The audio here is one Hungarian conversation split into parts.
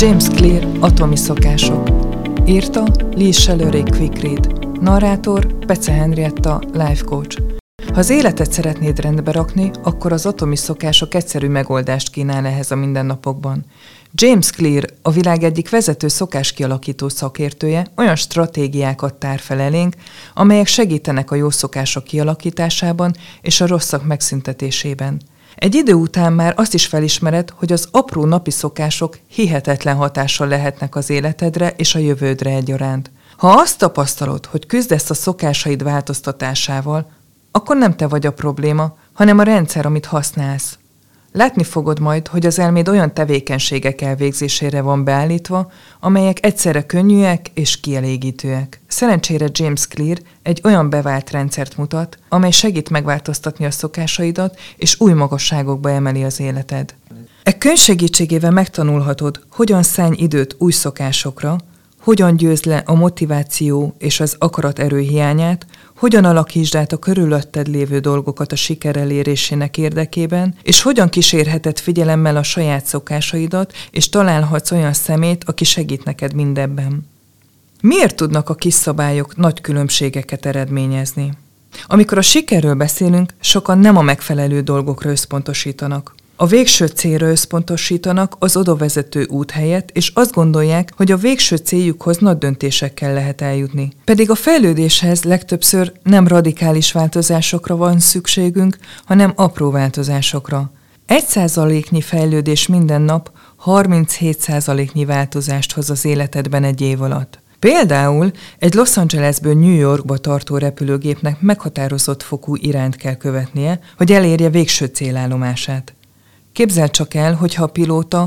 James Clear, Atomi szokások. Írta Lee Shallery Quick-Read. Narrátor Pece Henrietta, Life Coach. Ha az életet szeretnéd rendbe rakni, akkor az atomi szokások egyszerű megoldást kínál ehhez a mindennapokban. James Clear, a világ egyik vezető szokáskialakító szakértője, olyan stratégiákat tár fel elénk, amelyek segítenek a jó szokások kialakításában és a rosszak megszüntetésében. Egy idő után már azt is felismered, hogy az apró napi szokások hihetetlen hatással lehetnek az életedre és a jövődre egyaránt. Ha azt tapasztalod, hogy küzdesz a szokásaid változtatásával, akkor nem te vagy a probléma, hanem a rendszer, amit használsz. Látni fogod majd, hogy az elméd olyan tevékenységek elvégzésére van beállítva, amelyek egyszerre könnyűek és kielégítőek. Szerencsére James Clear egy olyan bevált rendszert mutat, amely segít megváltoztatni a szokásaidat, és új magasságokba emeli az életed. E könyv segítségével megtanulhatod, hogyan szállj időt új szokásokra, hogyan győzd le a motiváció és az akaraterő hiányát, hogyan alakítsd át a körülötted lévő dolgokat a siker elérésének érdekében, és hogyan kísérheted figyelemmel a saját szokásaidat, és találhatsz olyan szemét, aki segít neked mindebben. Miért tudnak a kis szabályok nagy különbségeket eredményezni? Amikor a sikerről beszélünk, sokan nem a megfelelő dolgokra összpontosítanak. A végső célra összpontosítanak az odavezető út helyett, és azt gondolják, hogy a végső céljukhoz nagy döntésekkel lehet eljutni. Pedig a fejlődéshez legtöbbször nem radikális változásokra van szükségünk, hanem apró változásokra. 1%-nyi fejlődés minden nap 37%-nyi változást hoz az életedben egy év alatt. Például egy Los Angelesből New Yorkba tartó repülőgépnek meghatározott fokú irányt kell követnie, hogy elérje végső célállomását. Képzeld csak el, hogyha a pilóta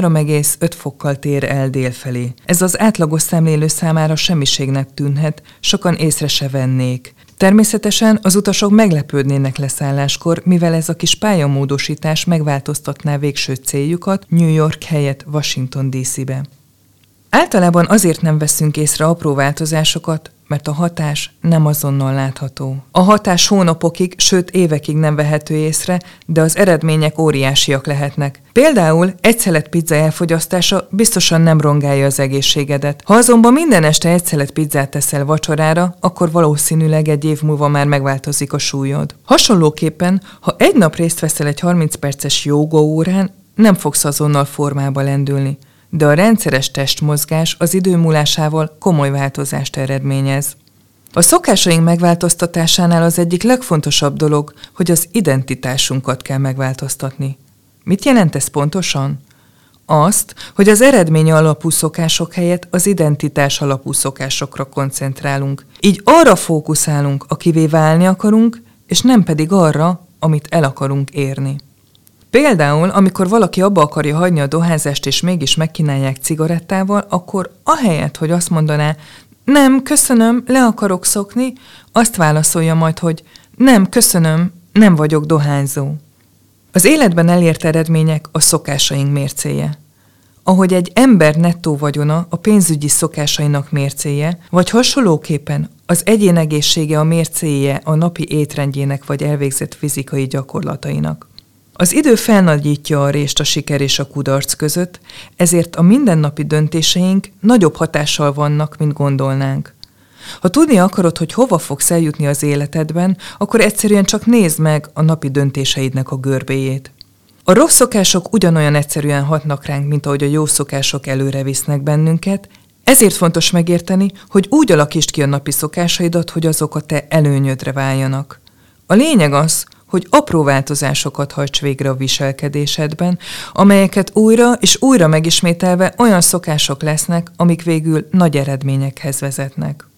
3,5 fokkal tér el dél felé. Ez az átlagos szemlélő számára semmiségnek tűnhet, sokan észre se vennék. Természetesen az utasok meglepődnének leszálláskor, mivel ez a kis pályamódosítás megváltoztatná végső céljukat New York helyett Washington DC-be. Általában azért nem veszünk észre apró változásokat, mert a hatás nem azonnal látható. A hatás hónapokig, sőt évekig nem vehető észre, de az eredmények óriásiak lehetnek. Például egy szelet pizza elfogyasztása biztosan nem rongálja az egészségedet. Ha azonban minden este egy szelet pizzát teszel vacsorára, akkor valószínűleg egy év múlva már megváltozik a súlyod. Hasonlóképpen, ha egy nap részt veszel egy 30 perces jógaórán, nem fogsz azonnal formába lendülni. De a rendszeres testmozgás az idő múlásával komoly változást eredményez. A szokásaink megváltoztatásánál az egyik legfontosabb dolog, hogy az identitásunkat kell megváltoztatni. Mit jelent ez pontosan? Azt, hogy az eredmény alapú szokások helyett az identitás alapú szokásokra koncentrálunk. Így arra fókuszálunk, akivé válni akarunk, és nem pedig arra, amit el akarunk érni. Például, amikor valaki abba akarja hagyni a dohányzást, és mégis megkínálják cigarettával, akkor ahelyett, hogy azt mondaná, nem, köszönöm, le akarok szokni, azt válaszolja majd, hogy nem, köszönöm, nem vagyok dohányzó. Az életben elért eredmények a szokásaink mércéje. Ahogy egy ember nettó vagyona a pénzügyi szokásainak mércéje, vagy hasonlóképpen az egyén egészsége a mércéje a napi étrendjének vagy elvégzett fizikai gyakorlatainak. Az idő felnagyítja a rést a siker és a kudarc között, ezért a mindennapi döntéseink nagyobb hatással vannak, mint gondolnánk. Ha tudni akarod, hogy hova fogsz eljutni az életedben, akkor egyszerűen csak nézd meg a napi döntéseidnek a görbéjét. A rossz szokások ugyanolyan egyszerűen hatnak ránk, mint ahogy a jó szokások előre visznek bennünket, ezért fontos megérteni, hogy úgy alakítsd ki a napi szokásaidat, hogy azok a te előnyödre váljanak. A lényeg az, hogy apró változásokat hajts végre a viselkedésedben, amelyeket újra és újra megismételve olyan szokások lesznek, amik végül nagy eredményekhez vezetnek.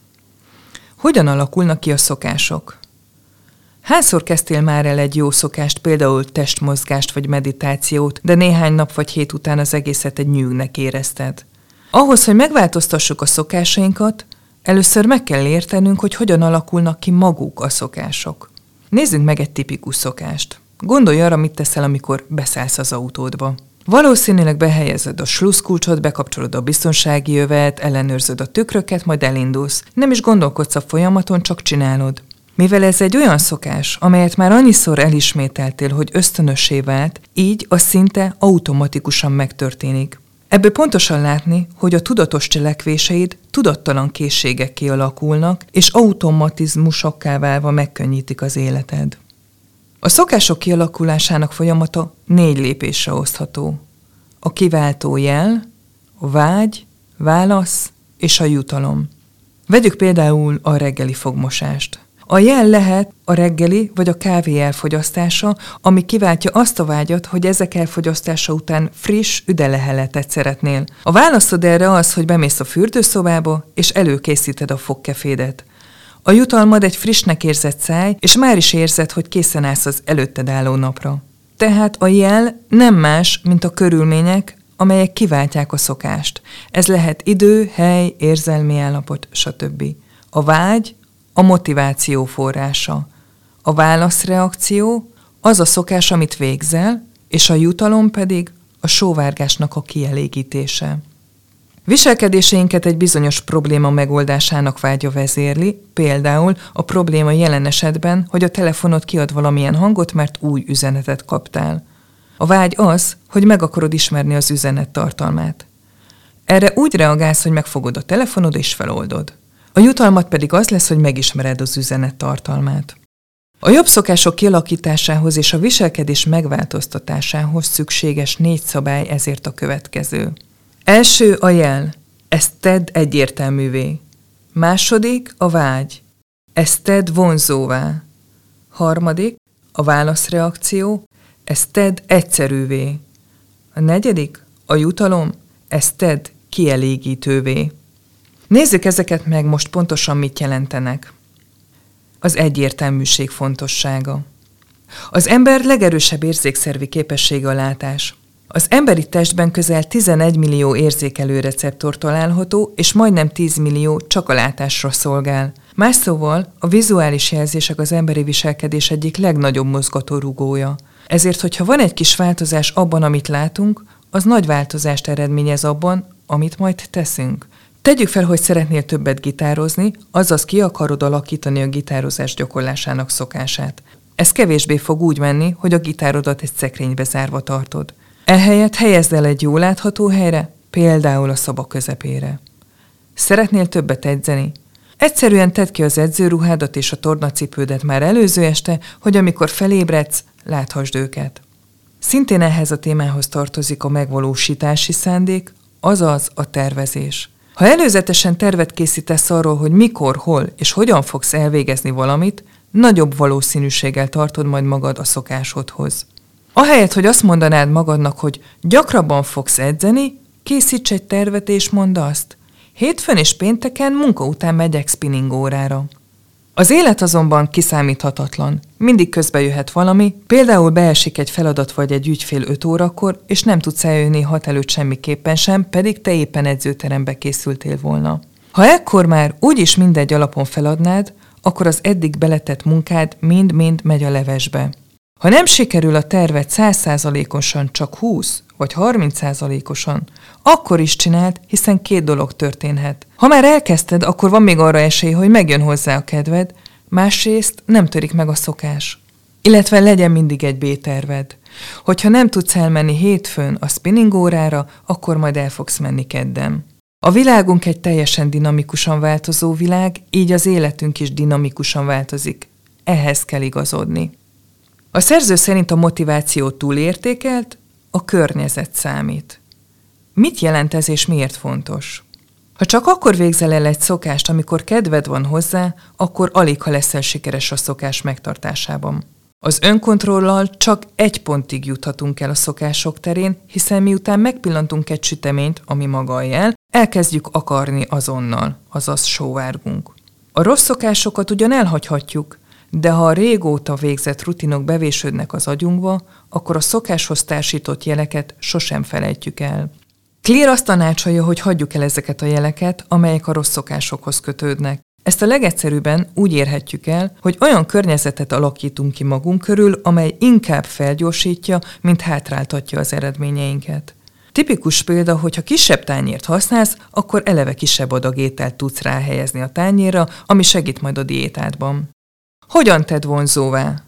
Hogyan alakulnak ki a szokások? Hányszor kezdtél már el egy jó szokást, például testmozgást vagy meditációt, de néhány nap vagy hét után az egészet egy nyűgnek érezted? Ahhoz, hogy megváltoztassuk a szokásainkat, először meg kell értenünk, hogy hogyan alakulnak ki maguk a szokások. Nézzünk meg egy tipikus szokást. Gondolj arra, mit teszel, amikor beszállsz az autódba. Valószínűleg behelyezed a sluszkulcsot, bekapcsolod a biztonsági jövet, ellenőrzöd a tükröket, majd elindulsz. Nem is gondolkodsz a folyamaton, csak csinálod. Mivel ez egy olyan szokás, amelyet már annyiszor elismételtél, hogy ösztönössé vált, így az szinte automatikusan megtörténik. Ebből pontosan látni, hogy a tudatos cselekvéseid tudattalan készségekké alakulnak, és automatizmusokká válva megkönnyítik az életed. A szokások kialakulásának folyamata 4 lépésre osztható. A kiváltó jel, a vágy, válasz és a jutalom. Vegyük például a reggeli fogmosást. A jel lehet a reggeli vagy a kávé elfogyasztása, ami kiváltja azt a vágyat, hogy ezek elfogyasztása után friss üdeleheletet szeretnél. A válaszod erre az, hogy bemész a fürdőszobába, és előkészíted a fogkefédet. A jutalmad egy frissnek érzett száj, és már is érzed, hogy készen állsz az előtted álló napra. Tehát a jel nem más, mint a körülmények, amelyek kiváltják a szokást. Ez lehet idő, hely, érzelmi állapot, stb. A vágy a motiváció forrása. A válaszreakció az a szokás, amit végzel, és a jutalom pedig a sóvárgásnak a kielégítése. Viselkedéseinket egy bizonyos probléma megoldásának vágya vezérli, például a probléma jelen esetben, hogy a telefonod kiad valamilyen hangot, mert új üzenetet kaptál. A vágy az, hogy meg akarod ismerni az üzenet tartalmát. Erre úgy reagálsz, hogy megfogod a telefonod és feloldod. A jutalmat pedig az lesz, hogy megismered az üzenet tartalmát. A jobb szokások kialakításához és a viselkedés megváltoztatásához szükséges 4 szabály ezért a következő. Első a jel, ezt tedd egyértelművé. Második a vágy, ezt tedd vonzóvá. Harmadik a válaszreakció, ezt tedd egyszerűvé. A negyedik a jutalom, ezt tedd kielégítővé. Nézzük ezeket meg most pontosan mit jelentenek. Az egyértelműség fontossága. Az ember legerősebb érzékszervi képessége a látás. Az emberi testben közel 11 millió érzékelő receptor található, és majdnem 10 millió csak a látásra szolgál. Más szóval, a vizuális jelzések az emberi viselkedés egyik legnagyobb mozgatórugója. Ezért, hogyha van egy kis változás abban, amit látunk, az nagy változást eredményez abban, amit majd teszünk. Tegyük fel, hogy szeretnél többet gitározni, azaz ki akarod alakítani a gitározás gyakorlásának szokását. Ez kevésbé fog úgy menni, hogy a gitárodat egy szekrénybe zárva tartod. Ehelyett helyezd el egy jól látható helyre, például a szoba közepére. Szeretnél többet edzeni? Egyszerűen tedd ki az edzőruhádat és a tornacipődet már előző este, hogy amikor felébredsz, láthassd őket. Szintén ehhez a témához tartozik a megvalósítási szándék, azaz a tervezés. Ha előzetesen tervet készítesz arról, hogy mikor, hol és hogyan fogsz elvégezni valamit, nagyobb valószínűséggel tartod majd magad a szokásodhoz. Ahelyett, hogy azt mondanád magadnak, hogy gyakrabban fogsz edzeni, készíts egy tervet és mondd azt. Hétfőn és pénteken munka után megyek spinning órára. Az élet azonban kiszámíthatatlan. Mindig közbe jöhet valami, például beesik egy feladat vagy egy ügyfél 5 órakor, és nem tudsz eljönni 6 előtt semmiképpen sem, pedig te éppen edzőterembe készültél volna. Ha ekkor már úgyis mindegy alapon feladnád, akkor az eddig beletett munkád mind-mind megy a levesbe. Ha nem sikerül a terved 100%-osan, csak 20 vagy 30%-osan, akkor is csináld, hiszen 2 dolog történhet. Ha már elkezdted, akkor van még arra esély, hogy megjön hozzá a kedved, másrészt nem törik meg a szokás. Illetve legyen mindig egy B-terved. Hogyha nem tudsz elmenni hétfőn a spinning órára, akkor majd el fogsz menni kedden. A világunk egy teljesen dinamikusan változó világ, így az életünk is dinamikusan változik. Ehhez kell igazodni. A szerző szerint a motiváció túlértékelt, a környezet számít. Mit jelent ez és miért fontos? Ha csak akkor végzel el egy szokást, amikor kedved van hozzá, akkor aligha leszel sikeres a szokás megtartásában. Az önkontrollal csak 1 pontig juthatunk el a szokások terén, hiszen miután megpillantunk egy süteményt, ami maga a jel, elkezdjük akarni azonnal, azaz sóvárgunk. A rossz szokásokat ugyan elhagyhatjuk, de ha a régóta végzett rutinok bevésődnek az agyunkba, akkor a szokáshoz társított jeleket sosem felejtjük el. Clear azt tanácsolja, hogy hagyjuk el ezeket a jeleket, amelyek a rossz szokásokhoz kötődnek. Ezt a legegyszerűbben úgy érhetjük el, hogy olyan környezetet alakítunk ki magunk körül, amely inkább felgyorsítja, mint hátráltatja az eredményeinket. Tipikus példa, hogyha kisebb tányért használsz, akkor eleve kisebb adag ételt tudsz ráhelyezni a tányérra, ami segít majd a diétádban. Hogyan tedd vonzóvá?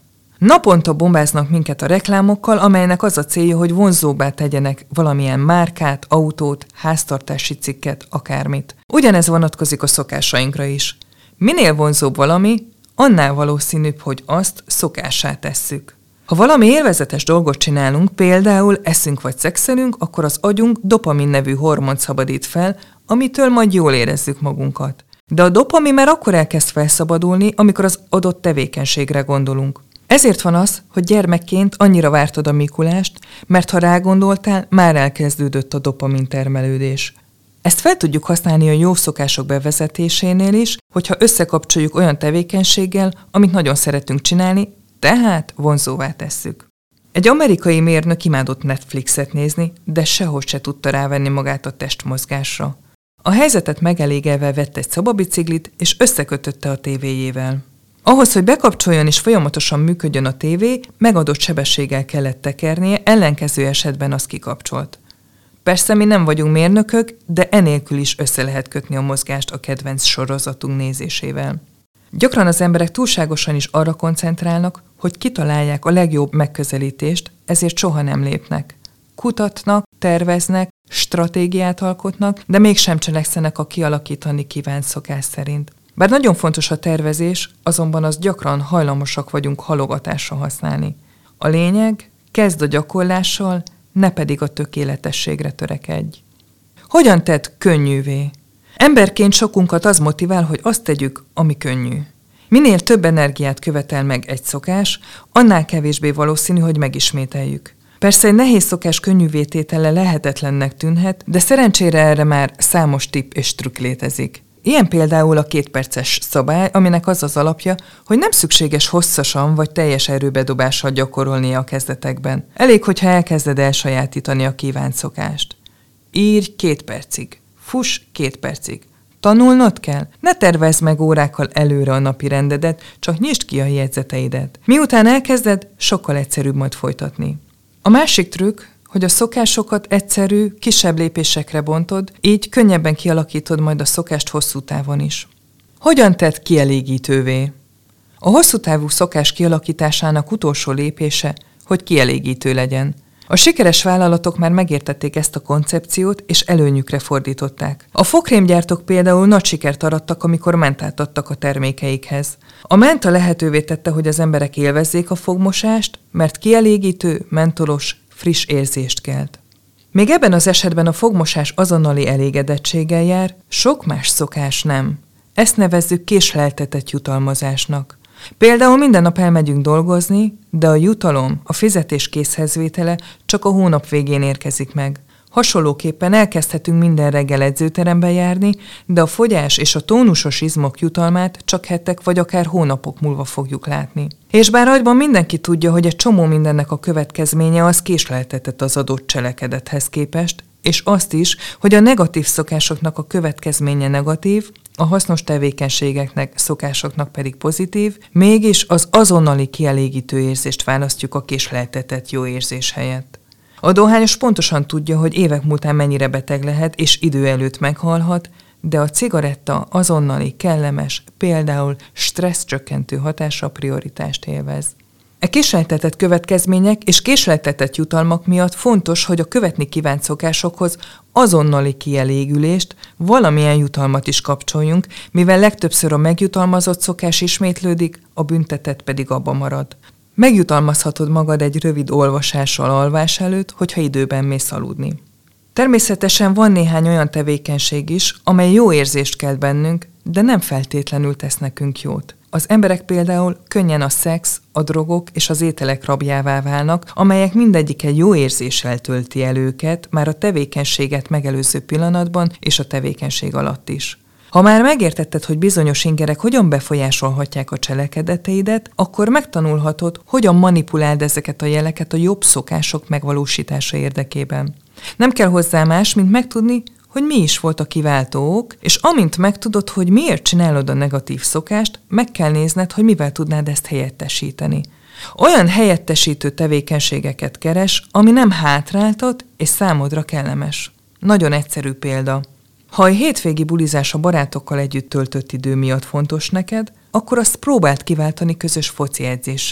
Naponta bombáznak minket a reklámokkal, amelynek az a célja, hogy vonzóbbá tegyenek valamilyen márkát, autót, háztartási cikket, akármit. Ugyanez vonatkozik a szokásainkra is. Minél vonzóbb valami, annál valószínűbb, hogy azt szokássá tesszük. Ha valami élvezetes dolgot csinálunk, például eszünk vagy szexelünk, akkor az agyunk dopamin nevű hormont szabadít fel, amitől majd jól érezzük magunkat. De a dopamin már akkor elkezd felszabadulni, amikor az adott tevékenységre gondolunk. Ezért van az, hogy gyermekként annyira vártad a Mikulást, mert ha rágondoltál, már elkezdődött a dopamin termelődés. Ezt fel tudjuk használni a jó szokások bevezetésénél is, hogyha összekapcsoljuk olyan tevékenységgel, amit nagyon szeretünk csinálni, tehát vonzóvá tesszük. Egy amerikai mérnök imádott Netflixet nézni, de sehogy se tudta rávenni magát a testmozgásra. A helyzetet megelégelve vett egy szobabiciklit, és összekötötte a tévéjével. Ahhoz, hogy bekapcsoljon és folyamatosan működjön a tévé, megadott sebességgel kellett tekernie, ellenkező esetben az kikapcsolt. Persze mi nem vagyunk mérnökök, de enélkül is össze lehet kötni a mozgást a kedvenc sorozatunk nézésével. Gyakran az emberek túlságosan is arra koncentrálnak, hogy kitalálják a legjobb megközelítést, ezért soha nem lépnek. Kutatnak, terveznek, stratégiát alkotnak, de mégsem cselekszenek a kialakítani kívánt szokás szerint. Bár nagyon fontos a tervezés, azonban azt gyakran hajlamosak vagyunk halogatásra használni. A lényeg, kezd a gyakorlással, ne pedig a tökéletességre törekedj. Hogyan tedd könnyűvé? Emberként sokunkat az motivál, hogy azt tegyük, ami könnyű. Minél több energiát követel meg egy szokás, annál kevésbé valószínű, hogy megismételjük. Persze egy nehéz szokás könnyűvé tétele lehetetlennek tűnhet, de szerencsére erre már számos tipp és trükk létezik. Ilyen például a 2 perces szabály, aminek az az alapja, hogy nem szükséges hosszasan vagy teljes erőbedobással gyakorolnia a kezdetekben. Elég, hogyha elkezded elsajátítani a kívánt szokást. Írj 2 percig. Fuss 2 percig. Tanulnod kell? Ne tervezd meg órákkal előre a napi rendedet, csak nyisd ki a jegyzeteidet. Miután elkezded, sokkal egyszerűbb majd folytatni. A másik trükk, hogy a szokásokat egyszerű, kisebb lépésekre bontod, így könnyebben kialakítod majd a szokást hosszú távon is. Hogyan tedd kielégítővé? A hosszú távú szokás kialakításának utolsó lépése, hogy kielégítő legyen. A sikeres vállalatok már megértették ezt a koncepciót, és előnyükre fordították. A fogkrémgyártók például nagy sikert arattak, amikor mentát adtak a termékeikhez. A menta lehetővé tette, hogy az emberek élvezzék a fogmosást, mert kielégítő, mentolos, friss érzést kelt. Még ebben az esetben a fogmosás azonnali elégedettséggel jár, sok más szokás nem. Ezt nevezzük késleltetett jutalmazásnak. Például minden nap elmegyünk dolgozni, de a jutalom, a fizetés készhezvétele csak a hónap végén érkezik meg. Hasonlóképpen elkezdhetünk minden reggel edzőterembe járni, de a fogyás és a tónusos izmok jutalmát csak hetek vagy akár hónapok múlva fogjuk látni. És bár agyban mindenki tudja, hogy egy csomó mindennek a következménye az késleltetett az adott cselekedethez képest, és azt is, hogy a negatív szokásoknak a következménye negatív, a hasznos tevékenységeknek, szokásoknak pedig pozitív, mégis az azonnali kielégítő érzést választjuk a késleltetett jó érzés helyett. A dohányos pontosan tudja, hogy évek múltán mennyire beteg lehet és idő előtt meghalhat, de a cigaretta azonnali, kellemes, például stresszcsökkentő hatása prioritást élvez. E késleltetett következmények és késleltetett jutalmak miatt fontos, hogy a követni kívánt szokásokhoz azonnali kielégülést, valamilyen jutalmat is kapcsoljunk, mivel legtöbbször a megjutalmazott szokás ismétlődik, a büntetett pedig abba marad. Megjutalmazhatod magad egy rövid olvasással alvás előtt, hogyha időben mész aludni. Természetesen van néhány olyan tevékenység is, amely jó érzést kelt bennünk, de nem feltétlenül tesz nekünk jót. Az emberek például könnyen a szex, a drogok és az ételek rabjává válnak, amelyek mindegyik egy jó érzéssel tölti el őket, már a tevékenységet megelőző pillanatban és a tevékenység alatt is. Ha már megértetted, hogy bizonyos ingerek hogyan befolyásolhatják a cselekedeteidet, akkor megtanulhatod, hogyan manipuláld ezeket a jeleket a jobb szokások megvalósítása érdekében. Nem kell hozzá más, mint megtudni, hogy mi is volt a kiváltó ok, és amint megtudod, hogy miért csinálod a negatív szokást, meg kell nézned, hogy mivel tudnád ezt helyettesíteni. Olyan helyettesítő tevékenységeket keres, ami nem hátráltat és számodra kellemes. Nagyon egyszerű példa. Ha a hétvégi bulizás a barátokkal együtt töltött idő miatt fontos neked, akkor azt próbáld kiváltani közös foci edzéssel.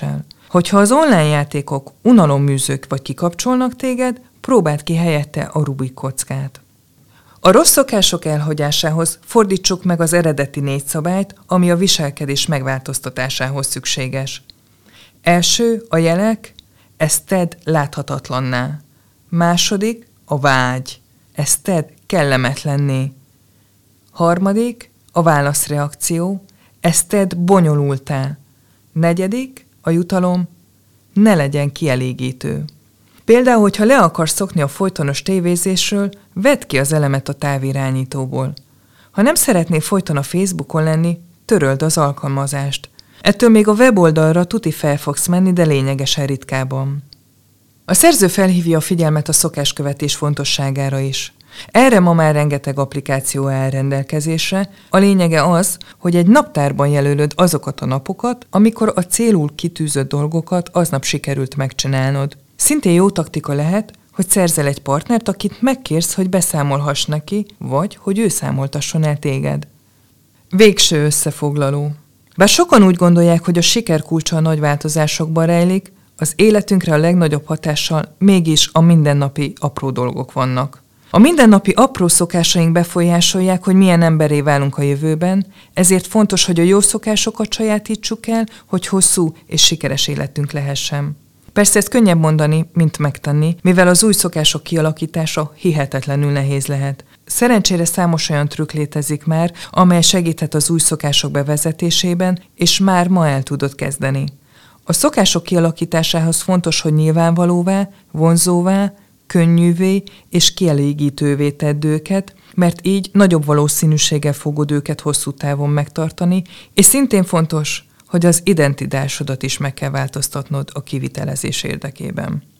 Hogyha az online játékok unalomműzők vagy kikapcsolnak téged, próbáld ki helyette a Rubik kockát. A rossz szokások elhagyásához fordítsuk meg az eredeti 4 szabályt, ami a viselkedés megváltoztatásához szükséges. Első, a jelek, ezt tedd láthatatlanná. Második, a vágy, ezt tedd kellemetlenné. Harmadik, a válaszreakció, ezt tedd bonyolultá. Negyedik, a jutalom, ne legyen kielégítő. Például, hogyha le akarsz szokni a folytonos tévézésről, vedd ki az elemet a távirányítóból. Ha nem szeretnél folyton a Facebookon lenni, töröld az alkalmazást. Ettől még a weboldalra tuti fel fogsz menni, de lényegesen ritkábban. A szerző felhívja a figyelmet a szokáskövetés fontosságára is. Erre ma már rengeteg applikáció áll rendelkezésre. A lényege az, hogy egy naptárban jelölöd azokat a napokat, amikor a célul kitűzött dolgokat aznap sikerült megcsinálnod. Szintén jó taktika lehet, hogy szerzel egy partnert, akit megkérsz, hogy beszámolhass neki, vagy hogy ő számoltasson el téged. Végső összefoglaló. Bár sokan úgy gondolják, hogy a siker kulcsa a nagy változásokban rejlik, az életünkre a legnagyobb hatással mégis a mindennapi apró dolgok vannak. A mindennapi apró szokásaink befolyásolják, hogy milyen emberré válunk a jövőben, ezért fontos, hogy a jó szokásokat sajátítsuk el, hogy hosszú és sikeres életünk lehessen. Persze ezt könnyebb mondani, mint megtenni, mivel az új szokások kialakítása hihetetlenül nehéz lehet. Szerencsére számos olyan trükk létezik már, amely segíthet az új szokások bevezetésében, és már ma el tudod kezdeni. A szokások kialakításához fontos, hogy nyilvánvalóvá, vonzóvá, könnyűvé és kielégítővé tedd őket, mert így nagyobb valószínűséggel fogod őket hosszú távon megtartani, és szintén fontos, hogy az identitásodat is meg kell változtatnod a kivitelezés érdekében.